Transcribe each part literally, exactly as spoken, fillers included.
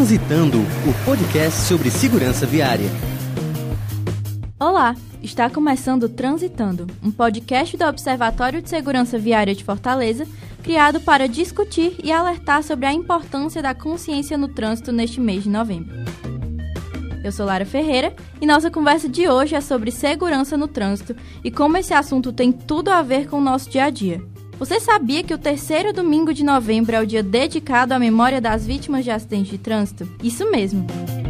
Transitando, o podcast sobre segurança viária. Olá, está começando Transitando, um podcast do Observatório de Segurança Viária de Fortaleza, criado para discutir e alertar sobre a importância da consciência no trânsito neste mês de novembro. Eu sou Lara Ferreira e nossa conversa de hoje é sobre segurança no trânsito e como esse assunto tem tudo a ver com o nosso dia a dia. Você sabia que o terceiro domingo de novembro é o dia dedicado à memória das vítimas de acidentes de trânsito? Isso mesmo!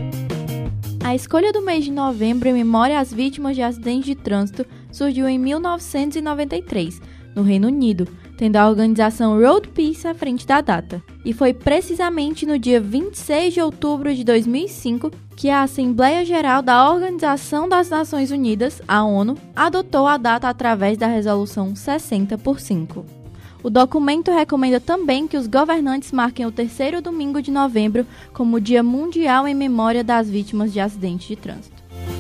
A escolha do mês de novembro em memória às vítimas de acidentes de trânsito surgiu em mil novecentos e noventa e três, no Reino Unido, tendo a organização Road Peace à frente da data. E foi precisamente no dia vinte e seis de outubro de dois mil e cinco que a Assembleia Geral da Organização das Nações Unidas, a ONU, adotou a data através da Resolução sessenta por cinco. O documento recomenda também que os governantes marquem o terceiro domingo de novembro como Dia Mundial em memória das vítimas de acidentes de trânsito.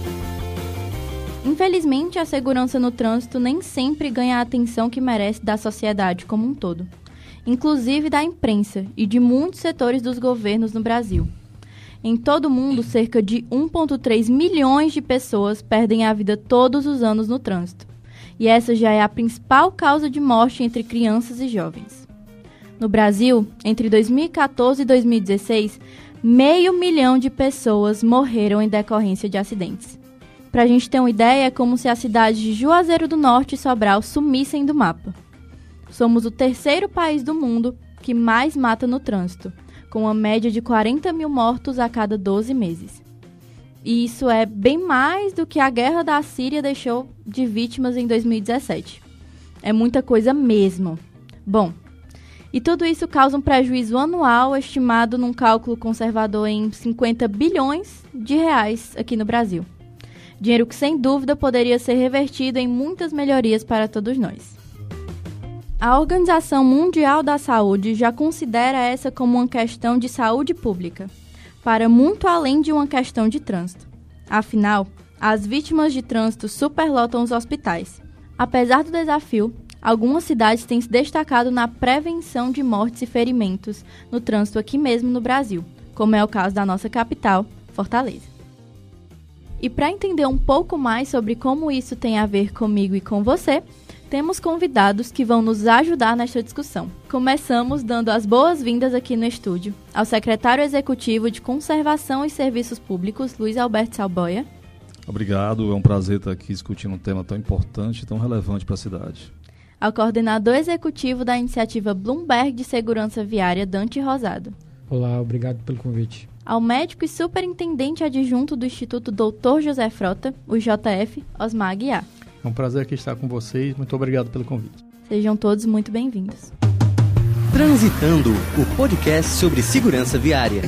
Infelizmente, a segurança no trânsito nem sempre ganha a atenção que merece da sociedade como um todo, inclusive da imprensa e de muitos setores dos governos no Brasil. Em todo o mundo, cerca de um vírgula três milhões de pessoas perdem a vida todos os anos no trânsito. E essa já é a principal causa de morte entre crianças e jovens. No Brasil, entre dois mil e quatorze e dois mil e dezesseis, meio milhão de pessoas morreram em decorrência de acidentes. Para a gente ter uma ideia, é como se as cidades de Juazeiro do Norte e Sobral sumissem do mapa. Somos o terceiro país do mundo que mais mata no trânsito, com uma média de quarenta mil mortos a cada doze meses. E isso é bem mais do que a guerra da Síria deixou de vítimas em dois mil e dezessete. É muita coisa mesmo. Bom, e tudo isso causa um prejuízo anual estimado num cálculo conservador em cinquenta bilhões de reais aqui no Brasil. Dinheiro que, sem dúvida, poderia ser revertido em muitas melhorias para todos nós. A Organização Mundial da Saúde já considera essa como uma questão de saúde pública, para muito além de uma questão de trânsito. Afinal, as vítimas de trânsito superlotam os hospitais. Apesar do desafio, algumas cidades têm se destacado na prevenção de mortes e ferimentos no trânsito aqui mesmo no Brasil, como é o caso da nossa capital, Fortaleza. E para entender um pouco mais sobre como isso tem a ver comigo e com você, temos convidados que vão nos ajudar nesta discussão. Começamos dando as boas-vindas aqui no estúdio ao secretário executivo de Conservação e Serviços Públicos, Luiz Alberto Salboia. Obrigado, é um prazer estar aqui discutindo um tema tão importante e tão relevante para a cidade. Ao coordenador executivo da iniciativa Bloomberg de Segurança Viária, Dante Rosado. Olá, obrigado pelo convite. Ao médico e superintendente adjunto do Instituto doutor José Frota, o J F, Osmar Aguiar. É um prazer aqui estar com vocês. Muito obrigado pelo convite. Sejam todos muito bem-vindos. Transitando, o podcast sobre segurança viária.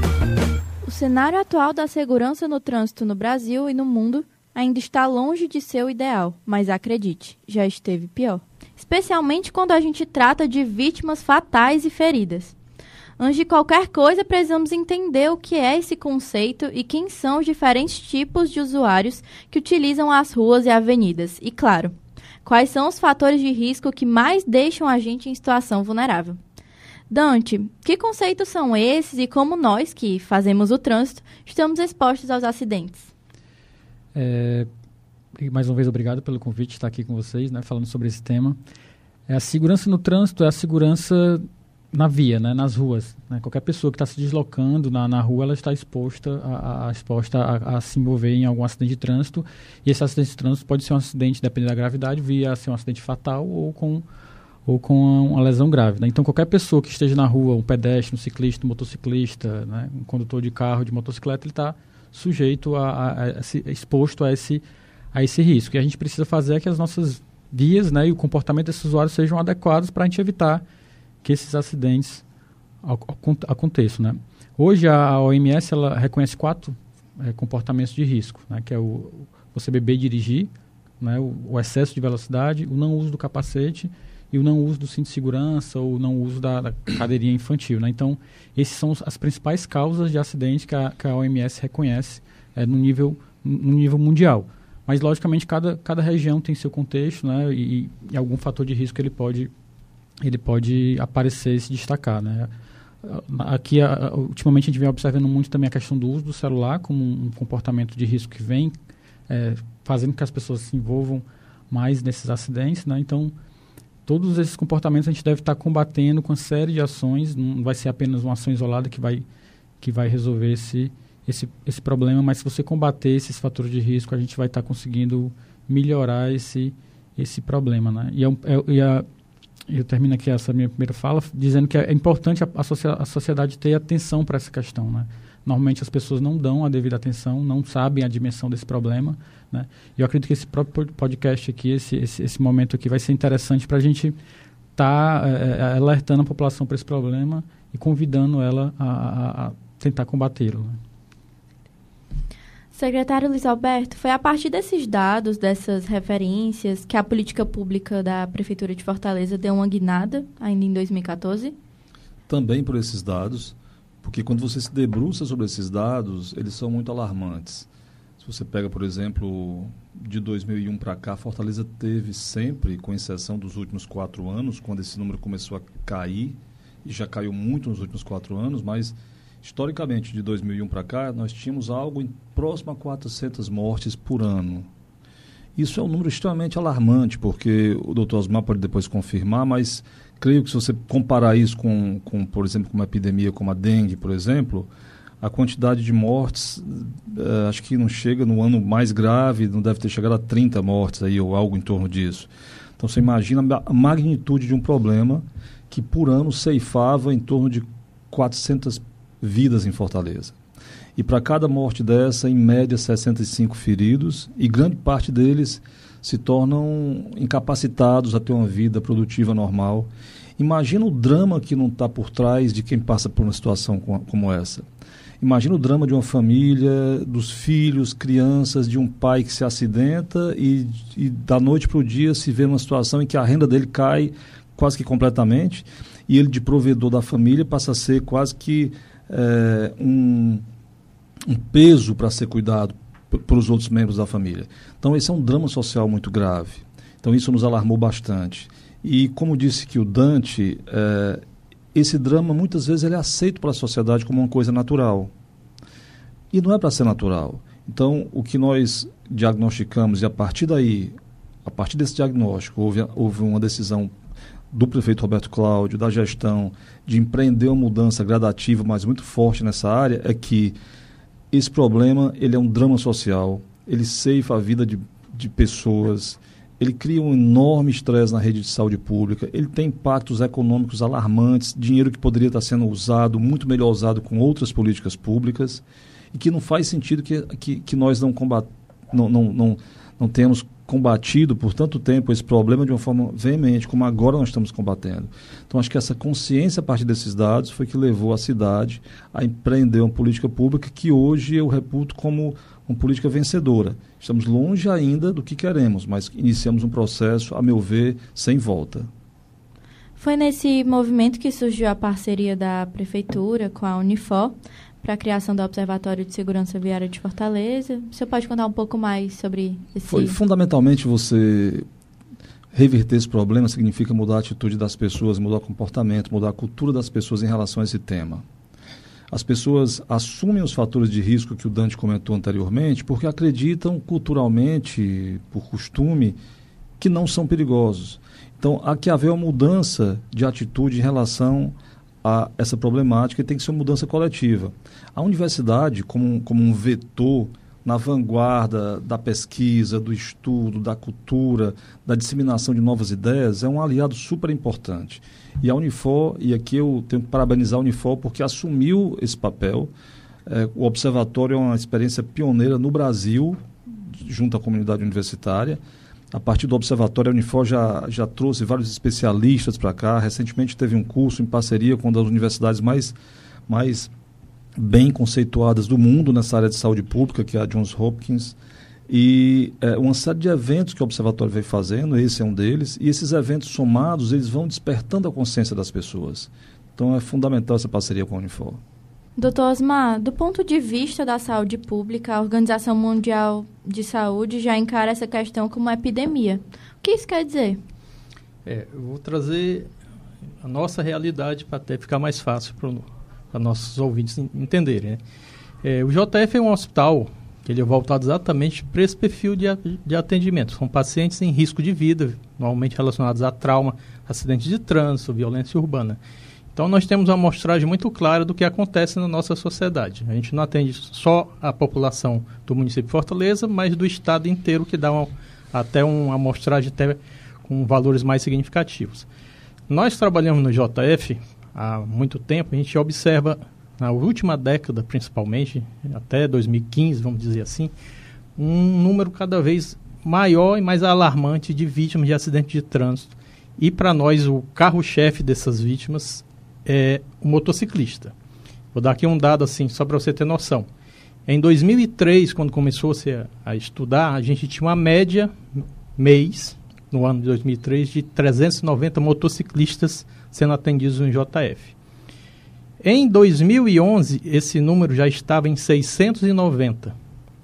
O cenário atual da segurança no trânsito no Brasil e no mundo ainda está longe de ser o ideal, mas acredite, já esteve pior. Especialmente quando a gente trata de vítimas fatais e feridas. Antes de qualquer coisa, precisamos entender o que é esse conceito e quem são os diferentes tipos de usuários que utilizam as ruas e avenidas. E, claro, quais são os fatores de risco que mais deixam a gente em situação vulnerável. Dante, que conceitos são esses e como nós, que fazemos o trânsito, estamos expostos aos acidentes? É, mais uma vez, obrigado pelo convite de estar aqui com vocês, né, falando sobre esse tema. É, a segurança no trânsito é a segurança na via, né, nas ruas. Né? Qualquer pessoa que está se deslocando na, na rua, ela está exposta, a, a, exposta a, a se envolver em algum acidente de trânsito. E esse acidente de trânsito pode ser um acidente, dependendo da gravidade, via ser um acidente fatal ou com, ou com uma lesão grave. Né? Então, qualquer pessoa que esteja na rua, um pedestre, um ciclista, um motociclista, né, um condutor de carro, de motocicleta, ele está sujeito, a, a, a, a, exposto a esse, a esse risco. E a gente precisa fazer é que as nossas vias, né, e o comportamento desses usuários sejam adequados para a gente evitar que esses acidentes aconteçam, né? Hoje a O M S ela reconhece quatro é, comportamentos de risco, né? Que é o você beber e dirigir, né? o, o excesso de velocidade, o não uso do capacete e o não uso do cinto de segurança ou o não uso da, da cadeirinha infantil, né? Então, esses são as principais causas de acidente que a, que a O M S reconhece é, no, nível, no nível mundial. Mas, logicamente, cada, cada região tem seu contexto, né? e, e algum fator de risco ele pode ele pode aparecer e se destacar, né? aqui, a, ultimamente, a gente vem observando muito também a questão do uso do celular como um, um comportamento de risco que vem é, fazendo com que as pessoas se envolvam mais nesses acidentes, né? Então, todos esses comportamentos a gente deve estar combatendo com uma série de ações, não vai ser apenas uma ação isolada que vai, que vai resolver esse, esse, esse problema, mas se você combater esses fatores de risco, a gente vai estar conseguindo melhorar esse, esse problema, né? E, é, é, e a, eu termino aqui essa minha primeira fala dizendo que é importante a, a, socia- a sociedade ter atenção para essa questão, né? Normalmente as pessoas não dão a devida atenção, não sabem a dimensão desse problema, né? E eu acredito que esse próprio podcast aqui, esse, esse, esse momento aqui vai ser interessante para a gente estar tá, é, alertando a população para esse problema e convidando ela a, a, a tentar combatê-lo, né? Secretário Luiz Alberto, foi a partir desses dados, dessas referências, que a política pública da Prefeitura de Fortaleza deu uma guinada, ainda em dois mil e quatorze? Também por esses dados, porque quando você se debruça sobre esses dados, eles são muito alarmantes. Se você pega, por exemplo, de dois mil e um para cá, Fortaleza teve sempre, com exceção dos últimos quatro anos, quando esse número começou a cair, e já caiu muito nos últimos quatro anos, mas historicamente, de dois mil e um para cá, nós tínhamos algo em próximo a quatrocentas mortes por ano. Isso é um número extremamente alarmante, porque o doutor Osmar pode depois confirmar, mas creio que se você comparar isso com, com, por exemplo, com uma epidemia como a dengue, por exemplo, a quantidade de mortes, uh, acho que não chega no ano mais grave, não deve ter chegado a trinta mortes aí, ou algo em torno disso. Então, você imagina a magnitude de um problema que, por ano, ceifava em torno de quatrocentas vidas em Fortaleza. E para cada morte dessa, em média, sessenta e cinco feridos, e grande parte deles se tornam incapacitados a ter uma vida produtiva normal. Imagina o drama que não está por trás de quem passa por uma situação como essa. Imagina o drama de uma família, dos filhos, crianças, de um pai que se acidenta e, e da noite para o dia se vê numa situação em que a renda dele cai quase que completamente e ele, de provedor da família, passa a ser quase que é, um, um peso para ser cuidado por os outros membros da família. Então, esse é um drama social muito grave. Então, isso nos alarmou bastante. E, como disse que o Dante, é, esse drama, muitas vezes, ele é aceito pela sociedade como uma coisa natural. E não é para ser natural. Então, o que nós diagnosticamos, e a partir daí, a partir desse diagnóstico, houve, houve uma decisão do prefeito Roberto Cláudio, da gestão, de empreender uma mudança gradativa, mas muito forte nessa área, é que esse problema, ele é um drama social, ele ceifa a vida de, de pessoas, ele cria um enorme estresse na rede de saúde pública, ele tem impactos econômicos alarmantes, dinheiro que poderia estar sendo usado, muito melhor usado com outras políticas públicas, e que não faz sentido que, que, que nós não, combat, não, não, não, não tenhamos combatido por tanto tempo esse problema de uma forma veemente, como agora nós estamos combatendo. Então, acho que essa consciência a partir desses dados foi que levou a cidade a empreender uma política pública que hoje eu reputo como uma política vencedora. Estamos longe ainda do que queremos, mas iniciamos um processo, a meu ver, sem volta. Foi nesse movimento que surgiu a parceria da Prefeitura com a Unifor para a criação do Observatório de Segurança Viária de Fortaleza. O senhor pode contar um pouco mais sobre esse... Foi fundamentalmente você reverter esse problema, significa mudar a atitude das pessoas, mudar o comportamento, mudar a cultura das pessoas em relação a esse tema. As pessoas assumem os fatores de risco que o Dante comentou anteriormente porque acreditam culturalmente, por costume, que não são perigosos. Então, há que haver uma mudança de atitude em relação a essa problemática e tem que ser uma mudança coletiva. A universidade, como, como um vetor na vanguarda da pesquisa, do estudo, da cultura, da disseminação de novas ideias, é um aliado super importante. E a Unifor, e aqui eu tenho que parabenizar a Unifor porque assumiu esse papel. É, o Observatório é uma experiência pioneira no Brasil, junto à comunidade universitária. A partir do Observatório, a Unifor já, já trouxe vários especialistas para cá. Recentemente teve um curso em parceria com uma das universidades mais, mais bem conceituadas do mundo nessa área de saúde pública, que é a Johns Hopkins. E é, uma série de eventos que o Observatório vem fazendo, esse é um deles. E esses eventos somados, eles vão despertando a consciência das pessoas. Então é fundamental essa parceria com a Unifor. doutor Osmar, do ponto de vista da saúde pública, a Organização Mundial de Saúde já encara essa questão como uma epidemia. O que isso quer dizer? É, eu vou trazer a nossa realidade para até ficar mais fácil para nossos ouvintes entenderem. Né? É, o J F é um hospital que ele é voltado exatamente para esse perfil de, de atendimento. São pacientes em risco de vida, normalmente relacionados a trauma, acidente de trânsito, violência urbana. Então, nós temos uma amostragem muito clara do que acontece na nossa sociedade. A gente não atende só a população do município de Fortaleza, mas do estado inteiro, que dá uma, até uma amostragem até com valores mais significativos. Nós trabalhamos no J F há muito tempo, a gente observa, na última década principalmente, até dois mil e quinze, vamos dizer assim, um número cada vez maior e mais alarmante de vítimas de acidente de trânsito. E, para nós, o carro-chefe dessas vítimas é o motociclista. Vou dar aqui um dado assim, só para você ter noção. Em dois mil e três, quando começou-se a, a estudar, a gente tinha uma média mês, no ano de dois mil e três, de trezentos e noventa motociclistas sendo atendidos no J F. Em dois mil e onze, esse número já estava em seiscentos e noventa.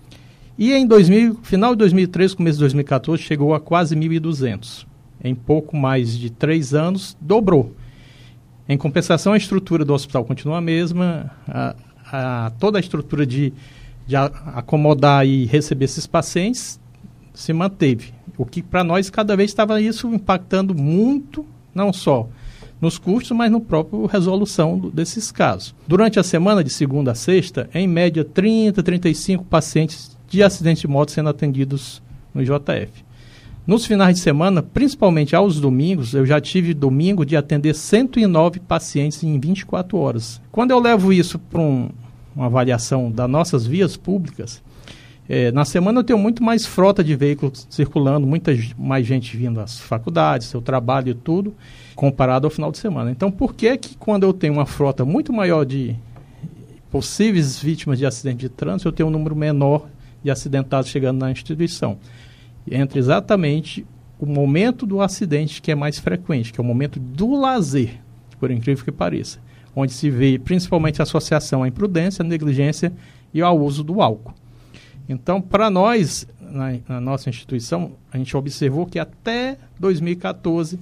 E em dois mil, final de dois mil e treze, começo de dois mil e quatorze, chegou a quase mil e duzentos. Em pouco mais de três anos, dobrou. Em compensação, a estrutura do hospital continua a mesma, a, a, toda a estrutura de, de a, acomodar e receber esses pacientes se manteve. O que, para nós, cada vez estava isso impactando muito, não só nos custos, mas no próprio resolução do, desses casos. Durante a semana, de segunda a sexta, em média, trinta, trinta e cinco pacientes de acidente de moto sendo atendidos no J F. Nos finais de semana, principalmente aos domingos, eu já tive domingo de atender cento e nove pacientes em vinte e quatro horas. Quando eu levo isso para um, uma avaliação das nossas vias públicas, é, na semana eu tenho muito mais frota de veículos circulando, muita mais gente vindo às faculdades, seu trabalho e tudo, comparado ao final de semana. Então, por que que quando eu tenho uma frota muito maior de possíveis vítimas de acidente de trânsito, eu tenho um número menor de acidentados chegando na instituição? Entre exatamente o momento do acidente que é mais frequente, que é o momento do lazer, por incrível que pareça, onde se vê principalmente a associação à imprudência, à negligência e ao uso do álcool. Então, para nós, na, na nossa instituição, a gente observou que até dois mil e quatorze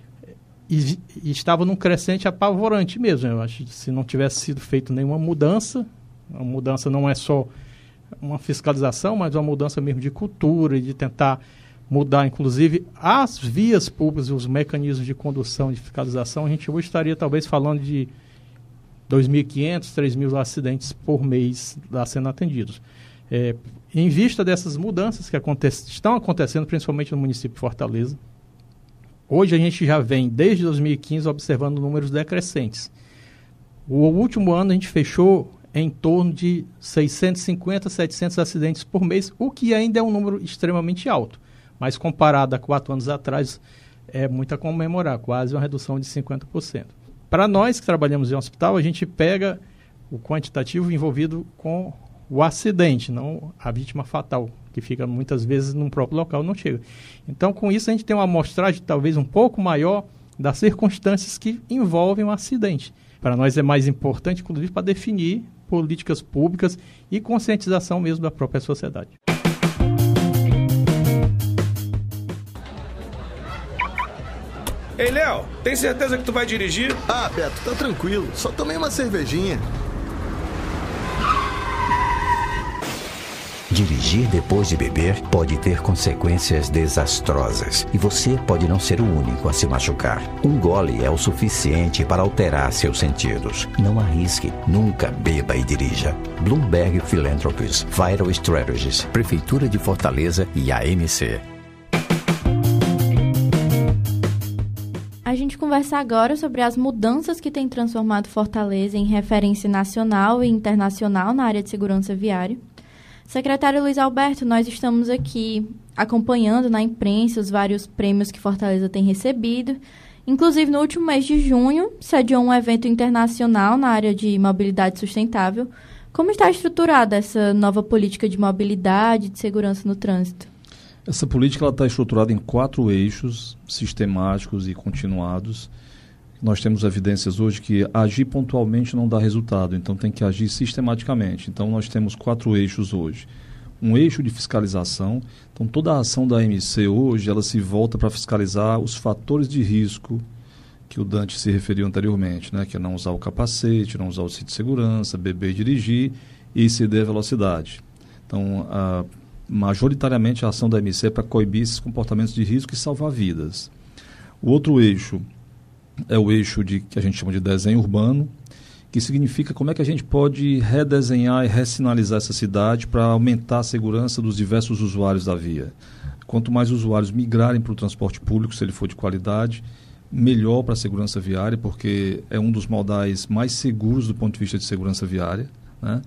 e, e estava num crescente apavorante mesmo. Eu acho que se não tivesse sido feita nenhuma mudança, a mudança não é só uma fiscalização, mas uma mudança mesmo de cultura e de tentar mudar, inclusive, as vias públicas e os mecanismos de condução de fiscalização, a gente hoje estaria talvez falando de dois mil e quinhentos, três mil acidentes por mês lá sendo atendidos. É, em vista dessas mudanças que acontecem, estão acontecendo, principalmente no município de Fortaleza, hoje a gente já vem, desde dois mil e quinze, observando números decrescentes. O último ano a gente fechou em torno de seiscentos e cinquenta, setecentos acidentes por mês, o que ainda é um número extremamente alto, mas comparado a quatro anos atrás, é muito a comemorar, quase uma redução de cinquenta por cento. Para nós que trabalhamos em hospital, a gente pega o quantitativo envolvido com o acidente, não a vítima fatal, que fica muitas vezes no próprio local, não chega. Então, com isso, a gente tem uma amostragem talvez um pouco maior das circunstâncias que envolvem o acidente. Para nós é mais importante, inclusive, para definir políticas públicas e conscientização mesmo da própria sociedade. Ei, Léo, tem certeza que tu vai dirigir? Ah, Beto, tá tranquilo. Só tomei uma cervejinha. Dirigir depois de beber pode ter consequências desastrosas e você pode não ser o único a se machucar. Um gole é o suficiente para alterar seus sentidos. Não arrisque, nunca beba e dirija. Bloomberg Philanthropies, Vital Strategies, Prefeitura de Fortaleza e A M C. A gente conversa agora sobre as mudanças que têm transformado Fortaleza em referência nacional e internacional na área de segurança viária. Secretário Luiz Alberto, nós estamos aqui acompanhando na imprensa os vários prêmios que Fortaleza tem recebido. Inclusive, no último mês de junho, sediou um evento internacional na área de mobilidade sustentável. Como está estruturada essa nova política de mobilidade e de segurança no trânsito? Essa política ela está estruturada em quatro eixos sistemáticos e continuados. Nós temos evidências hoje que agir pontualmente não dá resultado, então tem que agir sistematicamente. Então nós temos quatro eixos hoje. Um eixo de fiscalização, então toda a ação da A M C hoje ela se volta para fiscalizar os fatores de risco que o Dante se referiu anteriormente, né? Que é não usar o capacete, não usar o cinto de segurança, beber e dirigir e exceder a velocidade. Então, a, majoritariamente a ação da M C é para coibir esses comportamentos de risco e salvar vidas. O outro eixo é o eixo de, que a gente chama de desenho urbano, que significa como é que a gente pode redesenhar e ressinalizar essa cidade para aumentar a segurança dos diversos usuários da via. Quanto mais usuários migrarem para o transporte público, se ele for de qualidade, melhor para a segurança viária, porque é um dos modais mais seguros do ponto de vista de segurança viária, né?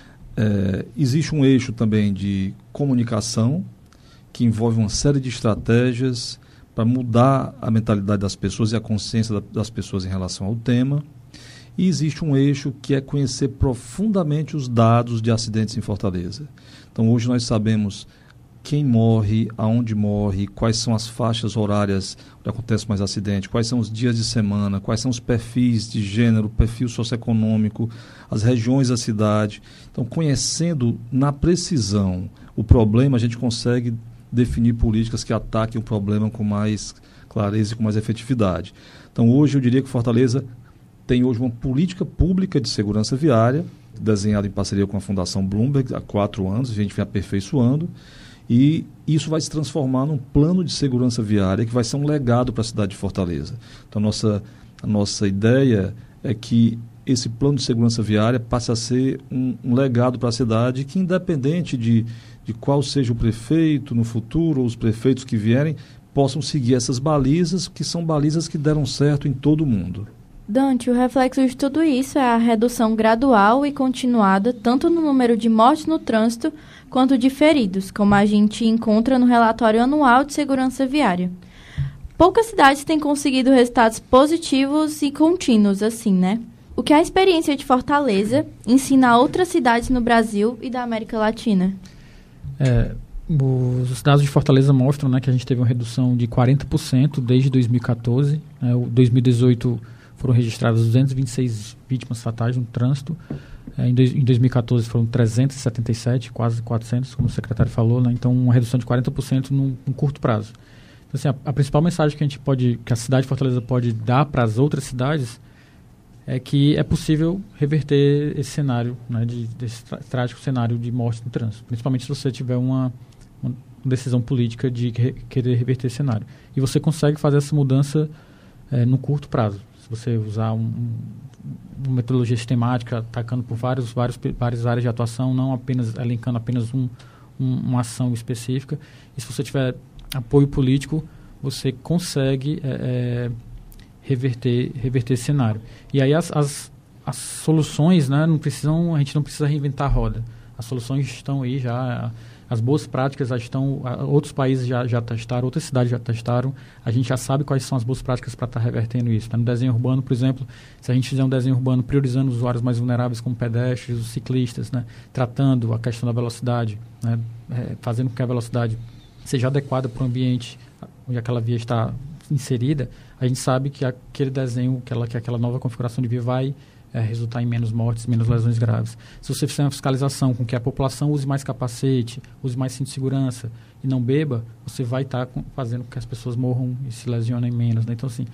É, existe um eixo também de comunicação, que envolve uma série de estratégias para mudar a mentalidade das pessoas e a consciência da, das pessoas em relação ao tema. E existe um eixo que é conhecer profundamente os dados de acidentes em Fortaleza. Então, hoje nós sabemos quem morre, aonde morre, quais são as faixas horárias onde acontece mais acidente, quais são os dias de semana, quais são os perfis de gênero, perfil socioeconômico, as regiões da cidade. Então, conhecendo na precisão o problema, a gente consegue definir políticas que ataquem o problema com mais clareza e com mais efetividade. Então, hoje eu diria que Fortaleza tem hoje uma política pública de segurança viária, desenhada em parceria com a Fundação Bloomberg há quatro anos, a gente vem aperfeiçoando, e isso vai se transformar num plano de segurança viária que vai ser um legado para a cidade de Fortaleza. Então, a nossa, a nossa ideia é que esse plano de segurança viária passe a ser um, um legado para a cidade que, independente de, de qual seja o prefeito no futuro ou os prefeitos que vierem, possam seguir essas balizas, que são balizas que deram certo em todo o mundo. Dante, o reflexo de tudo isso é a redução gradual e continuada tanto no número de mortes no trânsito quanto de feridos, como a gente encontra no relatório anual de segurança viária. Poucas cidades têm conseguido resultados positivos e contínuos assim, né? O que a experiência de Fortaleza ensina a outras cidades no Brasil e da América Latina? É, os dados de Fortaleza mostram, né, que a gente teve uma redução de quarenta por cento desde dois mil e catorze. Né, o dois mil e dezoito foram registradas duzentas e vinte e seis vítimas fatais no trânsito. É, em, dois, em dois mil e catorze foram trezentas e setenta e sete, quase quatrocentas, como o secretário falou. Né, então, uma redução de quarenta por cento num, num curto prazo. Então, assim, a, a principal mensagem que a gente pode, que a cidade de Fortaleza pode dar para as outras cidades é que é possível reverter esse cenário, né, de, desse trágico cenário de morte no trânsito, principalmente se você tiver uma, uma decisão política de re, querer reverter esse cenário. E você consegue fazer essa mudança é, no curto prazo. Se você usar um, um, uma metodologia sistemática, atacando por vários, vários, várias áreas de atuação, não apenas elencando apenas um, um, uma ação específica. E se você tiver apoio político, você consegue é, é, reverter, reverter esse cenário. E aí as, as, as soluções, né, não precisam, a gente não precisa reinventar a roda. As soluções estão aí já, as boas práticas já estão, outros países já, já testaram, outras cidades já testaram, a gente já sabe quais são as boas práticas para estar tá revertendo isso. Tá? No desenho urbano, por exemplo, se a gente fizer um desenho urbano priorizando os usuários mais vulneráveis como pedestres, os ciclistas, né, tratando a questão da velocidade, né, é, fazendo com que a velocidade seja adequada para o ambiente onde aquela via está inserida, a gente sabe que aquele desenho, que, ela, que aquela nova configuração de via vai é, resultar em menos mortes, menos lesões graves. Se você fizer uma fiscalização com que a população use mais capacete, use mais cinto de segurança e não beba, você vai estar tá fazendo com que as pessoas morram e se lesionem menos. Né? Então, assim,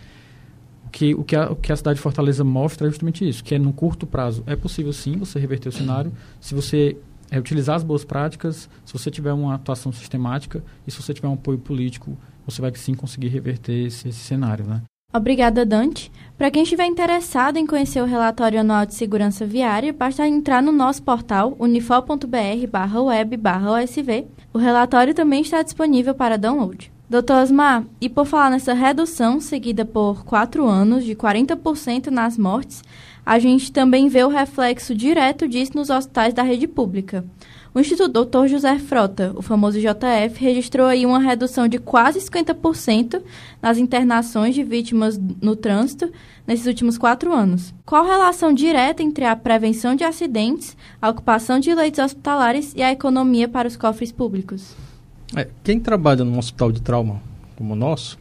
o que, o, que a, o que a cidade de Fortaleza mostra é justamente isso, que é no curto prazo é possível sim você reverter o cenário, se você é, utilizar as boas práticas, se você tiver uma atuação sistemática e se você tiver um apoio político, você vai sim conseguir reverter esse, esse cenário, né? Obrigada, Dante. Para quem estiver interessado em conhecer o relatório anual de segurança viária, basta entrar no nosso portal unifol.br barra web barra osv. O relatório também está disponível para download. doutor Osmar, e por falar nessa redução seguida por quatro anos de quarenta por cento nas mortes, a gente também vê o reflexo direto disso nos hospitais da rede pública. O Instituto doutor José Frota, o famoso J F, registrou aí uma redução de quase cinquenta por cento nas internações de vítimas no trânsito nesses últimos quatro anos. Qual a relação direta entre a prevenção de acidentes, a ocupação de leitos hospitalares e a economia para os cofres públicos? É, quem trabalha num hospital de trauma como o nosso,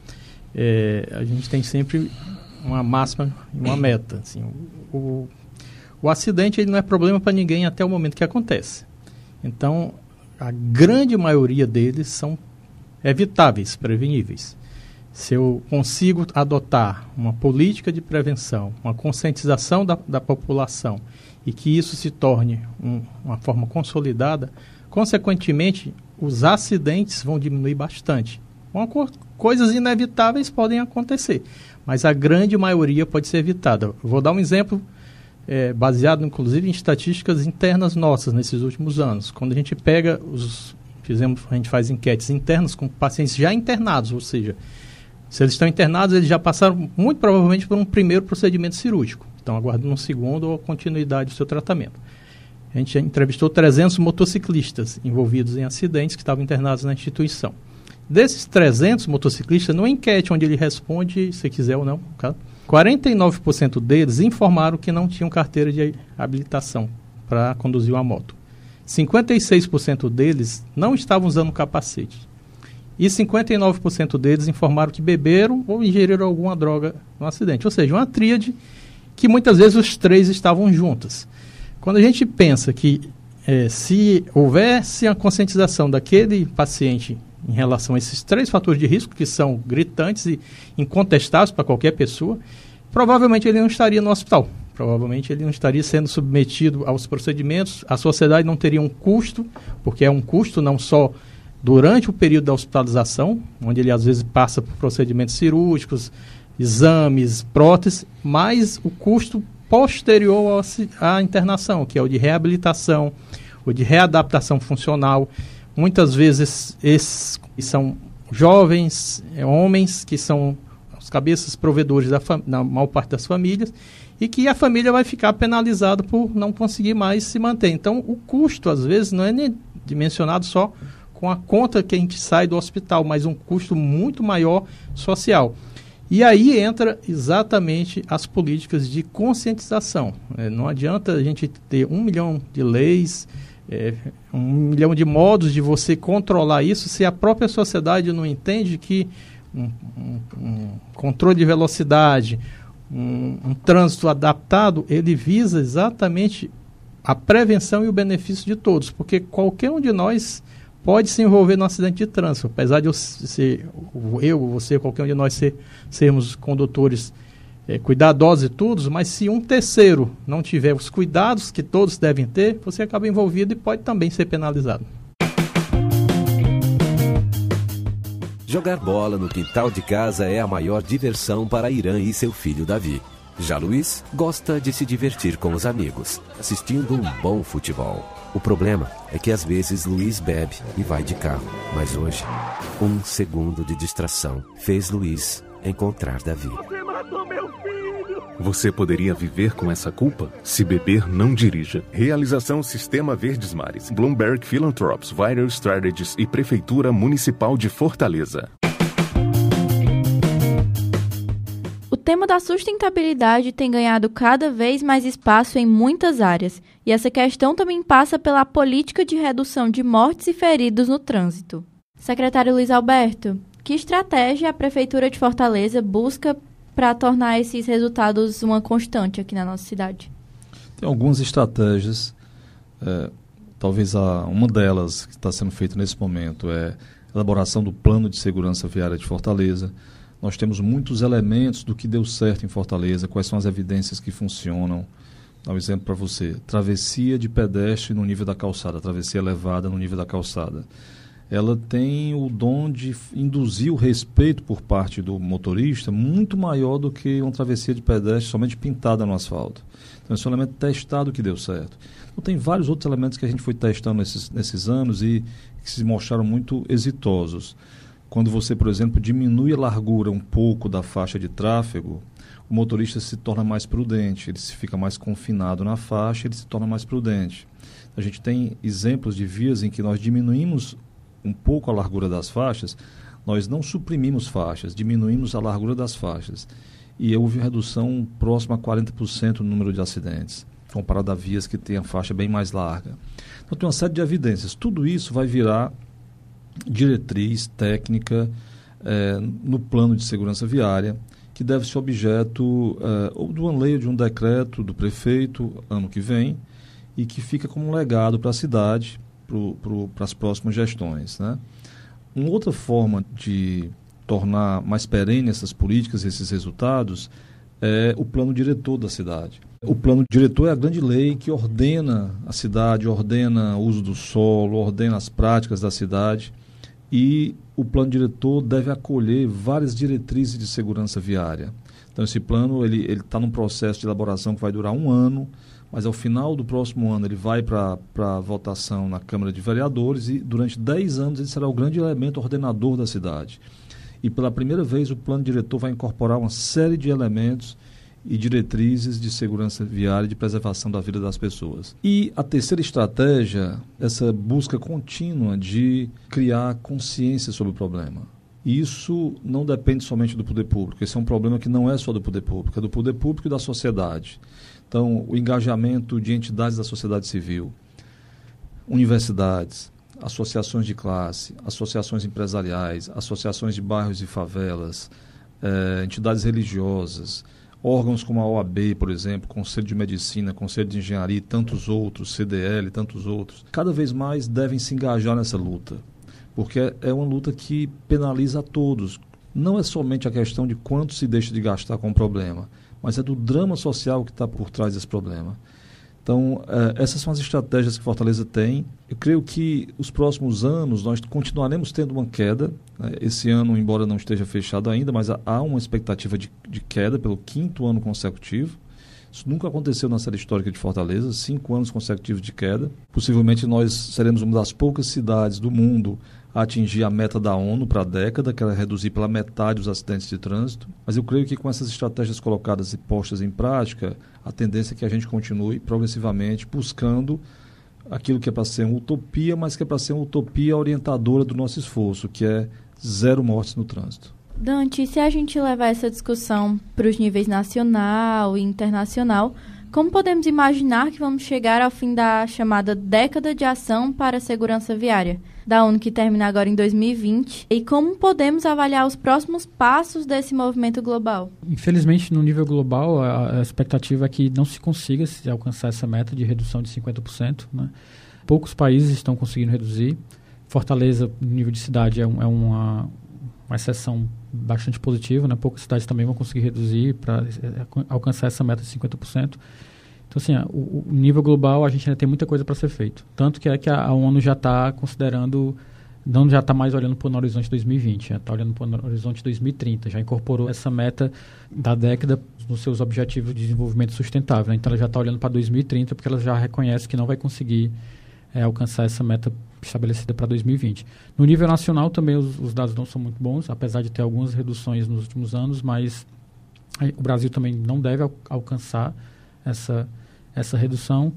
é, a gente tem sempre uma máxima e uma meta. Assim, o, o, o acidente ele não é problema para ninguém até o momento que acontece. Então, a grande maioria deles são evitáveis, preveníveis. se eu consigo adotar uma política de prevenção, uma conscientização da, da população e que isso se torne um, uma forma consolidada, consequentemente, os acidentes vão diminuir bastante. Uma co- coisas inevitáveis podem acontecer, mas a grande maioria pode ser evitada. Eu vou dar um exemplo é, baseado, inclusive, em estatísticas internas nossas nesses últimos anos. Quando a gente pega os... Fizemos, a gente faz enquetes internas com pacientes já internados, ou seja, se eles estão internados, eles já passaram muito provavelmente por um primeiro procedimento cirúrgico. Estão aguardando um segundo ou a continuidade do seu tratamento. A gente entrevistou trezentos motociclistas envolvidos em acidentes que estavam internados na instituição. Desses trezentos motociclistas, numa enquete onde ele responde, se quiser ou não, quarenta e nove por cento deles informaram que não tinham carteira de habilitação para conduzir uma moto. cinquenta e seis por cento deles não estavam usando capacete. E cinquenta e nove por cento deles informaram que beberam ou ingeriram alguma droga no acidente. Ou seja, uma tríade que muitas vezes os três estavam juntas. Quando a gente pensa que é, se houvesse a conscientização daquele paciente em relação a esses três fatores de risco, que são gritantes e incontestáveis para qualquer pessoa, provavelmente ele não estaria no hospital. Provavelmente ele não estaria sendo submetido aos procedimentos, a sociedade não teria um custo, porque é um custo não só durante o período da hospitalização, onde ele às vezes passa por procedimentos cirúrgicos, exames, próteses, mas o custo posterior à internação, que é o de reabilitação, o de readaptação funcional. Muitas vezes esses são jovens, é, homens que são os cabeças provedores da, na maior parte das famílias, e que a família vai ficar penalizada por não conseguir mais se manter. Então, o custo, às vezes, não é nem dimensionado só com a conta que a gente sai do hospital, mas um custo muito maior social. E aí entra exatamente as políticas de conscientização. É, não adianta a gente ter um milhão de leis, é, um milhão de modos de você controlar isso, se a própria sociedade não entende que um, um, um controle de velocidade, Um, um trânsito adaptado, ele visa exatamente a prevenção e o benefício de todos, porque qualquer um de nós pode se envolver num acidente de trânsito, apesar de eu, ser, eu você, qualquer um de nós ser, sermos condutores é, cuidadosos e tudo, mas se um terceiro não tiver os cuidados que todos devem ter, você acaba envolvido e pode também ser penalizado. Jogar bola no quintal de casa é a maior diversão para Irã e seu filho Davi. Já Luiz gosta de se divertir com os amigos, assistindo um bom futebol. O problema é que às vezes Luiz bebe e vai de carro. Mas hoje, um segundo de distração fez Luiz encontrar Davi. Você matou meu filho! Você poderia viver com essa culpa? Se beber, não dirija. Realização Sistema Verdes Mares, Bloomberg Philanthropies, Vital Strategies e Prefeitura Municipal de Fortaleza. O tema da sustentabilidade tem ganhado cada vez mais espaço em muitas áreas, e essa questão também passa pela política de redução de mortes e feridos no trânsito. Secretário Luiz Alberto, que estratégia a Prefeitura de Fortaleza busca para tornar esses resultados uma constante aqui na nossa cidade? Tem algumas estratégias, é, talvez a, uma delas que está sendo feita nesse momento é a elaboração do Plano de Segurança Viária de Fortaleza. Nós temos muitos elementos do que deu certo em Fortaleza, quais são as evidências que funcionam. Dá um exemplo para você. Travessia de pedestre no nível da calçada, travessia elevada no nível da calçada. Ela tem o dom de induzir o respeito por parte do motorista muito maior do que uma travessia de pedestre somente pintada no asfalto. Então, esse é um elemento testado que deu certo. Então, tem vários outros elementos que a gente foi testando nesses, nesses anos e que se mostraram muito exitosos. Quando você, por exemplo, diminui a largura um pouco da faixa de tráfego, o motorista se torna mais prudente, ele se fica mais confinado na faixa, ele se torna mais prudente. A gente tem exemplos de vias em que nós diminuímos um pouco a largura das faixas, nós não suprimimos faixas, diminuímos a largura das faixas. E houve redução próxima a quarenta por cento no número de acidentes, comparado a vias que têm a faixa bem mais larga. Então tem uma série de evidências. Tudo isso vai virar diretriz técnica eh, no plano de segurança viária, que deve ser objeto eh, ou do anleio de um decreto do prefeito ano que vem e que fica como um legado para a cidade, para as próximas gestões, né? Uma outra forma de tornar mais perene essas políticas, esses resultados, é o plano diretor da cidade. O plano diretor é a grande lei que ordena a cidade, ordena o uso do solo, ordena as práticas da cidade, e o plano diretor deve acolher várias diretrizes de segurança viária. Então, esse plano ele ele está num processo de elaboração que vai durar um ano, mas ao final do próximo ano ele vai para a votação na Câmara de Vereadores e durante dez anos ele será o grande elemento ordenador da cidade. E pela primeira vez o plano diretor vai incorporar uma série de elementos e diretrizes de segurança viária e de preservação da vida das pessoas. E a terceira estratégia, essa busca contínua de criar consciência sobre o problema. Isso não depende somente do poder público, esse é um problema que não é só do poder público, é do poder público e da sociedade. Então, o engajamento de entidades da sociedade civil, universidades, associações de classe, associações empresariais, associações de bairros e favelas, eh, entidades religiosas, órgãos como a O A B, por exemplo, Conselho de Medicina, Conselho de Engenharia e tantos outros, C D L, tantos outros, cada vez mais devem se engajar nessa luta, porque é uma luta que penaliza a todos. Não é somente a questão de quanto se deixa de gastar com o problema, mas é do drama social que está por trás desse problema. Então, eh, essas são as estratégias que Fortaleza tem. Eu creio que os próximos anos nós continuaremos tendo uma queda. Né? Esse ano, embora não esteja fechado ainda, mas há uma expectativa de, de queda pelo quinto ano consecutivo. Isso nunca aconteceu na série histórica de Fortaleza, cinco anos consecutivos de queda. Possivelmente nós seremos uma das poucas cidades do mundo a atingir a meta da ONU para a década, que era reduzir pela metade os acidentes de trânsito. Mas eu creio que com essas estratégias colocadas e postas em prática, a tendência é que a gente continue progressivamente buscando aquilo que é para ser uma utopia, mas que é para ser uma utopia orientadora do nosso esforço, que é zero mortes no trânsito. Dante, se a gente levar essa discussão para os níveis nacional e internacional, como podemos imaginar que vamos chegar ao fim da chamada Década de Ação para a Segurança Viária, da ONU, que termina agora em dois mil e vinte, e como podemos avaliar os próximos passos desse movimento global? Infelizmente, no nível global, a, a expectativa é que não se consiga se alcançar essa meta de redução de cinquenta por cento. Né? Poucos países estão conseguindo reduzir. Fortaleza, no nível de cidade, é, um, é uma, uma exceção bastante positiva. Né? Poucas cidades também vão conseguir reduzir para alcançar essa meta de cinquenta por cento. Então, assim, o, o nível global, a gente ainda tem muita coisa para ser feito. Tanto que é que a, a ONU já está considerando, não já está mais olhando para o horizonte dois mil e vinte, já está olhando para o horizonte dois mil e trinta, já incorporou essa meta da década nos seus objetivos de desenvolvimento sustentável. Né? Então, ela já está olhando para dois mil e trinta, porque ela já reconhece que não vai conseguir é, alcançar essa meta estabelecida para dois mil e vinte. No nível nacional, também os, os dados não são muito bons, apesar de ter algumas reduções nos últimos anos, mas aí, o Brasil também não deve al- alcançar essa essa redução,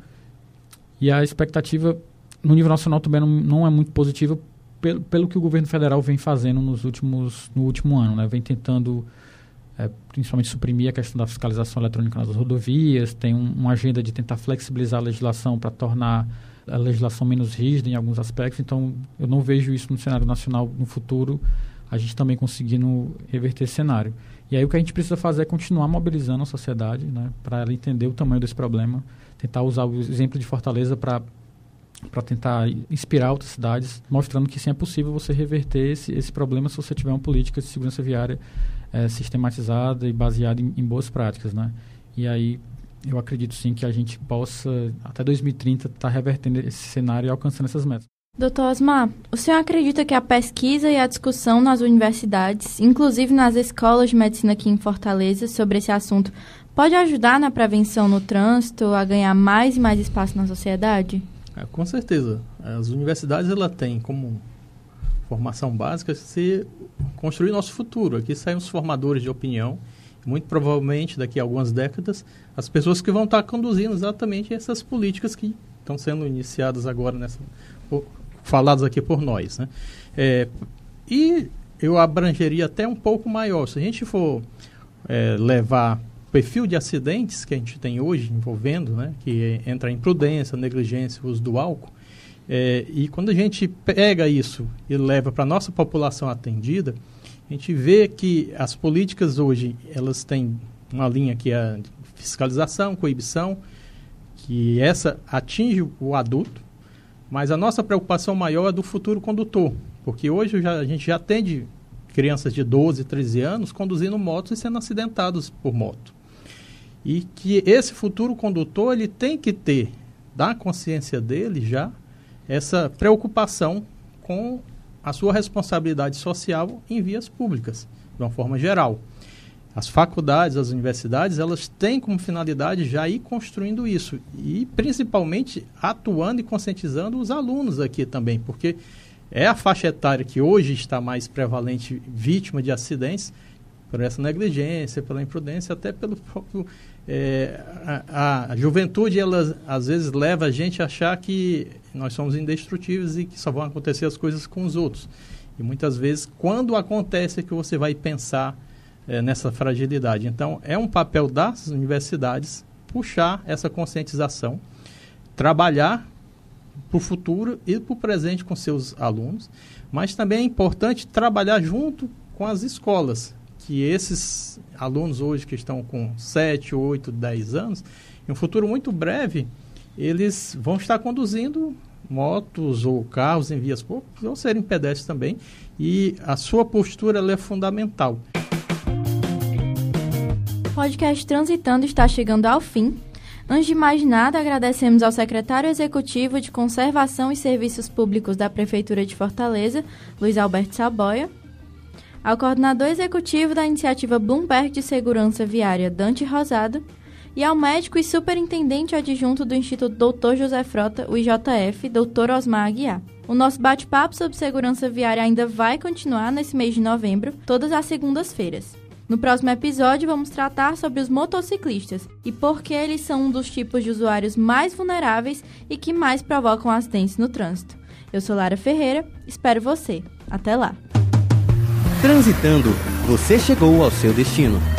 e a expectativa no nível nacional também não, não é muito positiva pelo, pelo que o governo federal vem fazendo nos últimos, no último ano, né? Vem tentando é, principalmente suprimir a questão da fiscalização eletrônica nas rodovias, tem um, uma agenda de tentar flexibilizar a legislação para tornar a legislação menos rígida em alguns aspectos. Então eu não vejo isso no cenário nacional no futuro, a gente também conseguindo reverter esse cenário. E aí o que a gente precisa fazer é continuar mobilizando a sociedade, né, para ela entender o tamanho desse problema, tentar usar o exemplo de Fortaleza para para tentar inspirar outras cidades, mostrando que sim, é possível você reverter esse, esse problema se você tiver uma política de segurança viária é, sistematizada e baseada em, em boas práticas. Né? E aí eu acredito sim que a gente possa, até dois mil e trinta, estar tá revertendo esse cenário e alcançando essas metas. doutor Osmar, o senhor acredita que a pesquisa e a discussão nas universidades, inclusive nas escolas de medicina aqui em Fortaleza, sobre esse assunto, pode ajudar na prevenção no trânsito, a ganhar mais e mais espaço na sociedade? É, com certeza. As universidades ela têm como formação básica se construir nosso futuro. Aqui saem os formadores de opinião. Muito provavelmente, daqui a algumas décadas, as pessoas que vão estar conduzindo exatamente essas políticas que estão sendo iniciadas agora nessa... falados aqui por nós, né? É, e eu abrangeria até um pouco maior. Se a gente for é, levar o perfil de acidentes que a gente tem hoje envolvendo, né, que entra em imprudência, negligência, uso do álcool, é, e quando a gente pega isso e leva para a nossa população atendida, a gente vê que as políticas hoje, elas têm uma linha que é a fiscalização, coibição, que essa atinge o adulto, mas a nossa preocupação maior é do futuro condutor, porque hoje já, a gente já atende crianças de doze, treze anos conduzindo motos e sendo acidentados por moto. E que esse futuro condutor ele tem que ter, da consciência dele já, essa preocupação com a sua responsabilidade social em vias públicas, de uma forma geral. As faculdades, as universidades, elas têm como finalidade já ir construindo isso e principalmente atuando e conscientizando os alunos aqui também, porque é a faixa etária que hoje está mais prevalente vítima de acidentes por essa negligência, pela imprudência, até pelo próprio... É, a, a juventude, ela às vezes leva a gente a achar que nós somos indestrutíveis e que só vão acontecer as coisas com os outros. E muitas vezes, quando acontece, é que você vai pensar é, nessa fragilidade. Então, é um papel das universidades puxar essa conscientização, trabalhar para o futuro e para o presente com seus alunos, mas também é importante trabalhar junto com as escolas, que esses alunos hoje que estão com sete, oito, dez anos, em um futuro muito breve, eles vão estar conduzindo motos ou carros em vias públicas, ou serem pedestres também, e a sua postura ela é fundamental. O podcast Transitando está chegando ao fim. Antes de mais nada, agradecemos ao secretário executivo de Conservação e Serviços Públicos da Prefeitura de Fortaleza, Luiz Alberto Saboia, ao coordenador executivo da iniciativa Bloomberg de Segurança Viária, Dante Rosado, e ao médico e superintendente adjunto do Instituto doutor José Frota, o I J F, doutor Osmar Aguiar. O nosso bate-papo sobre segurança viária ainda vai continuar nesse mês de novembro, todas as segundas-feiras. No próximo episódio, vamos tratar sobre os motociclistas e por que eles são um dos tipos de usuários mais vulneráveis e que mais provocam acidentes no trânsito. Eu sou Lara Ferreira, espero você. Até lá! Transitando, você chegou ao seu destino.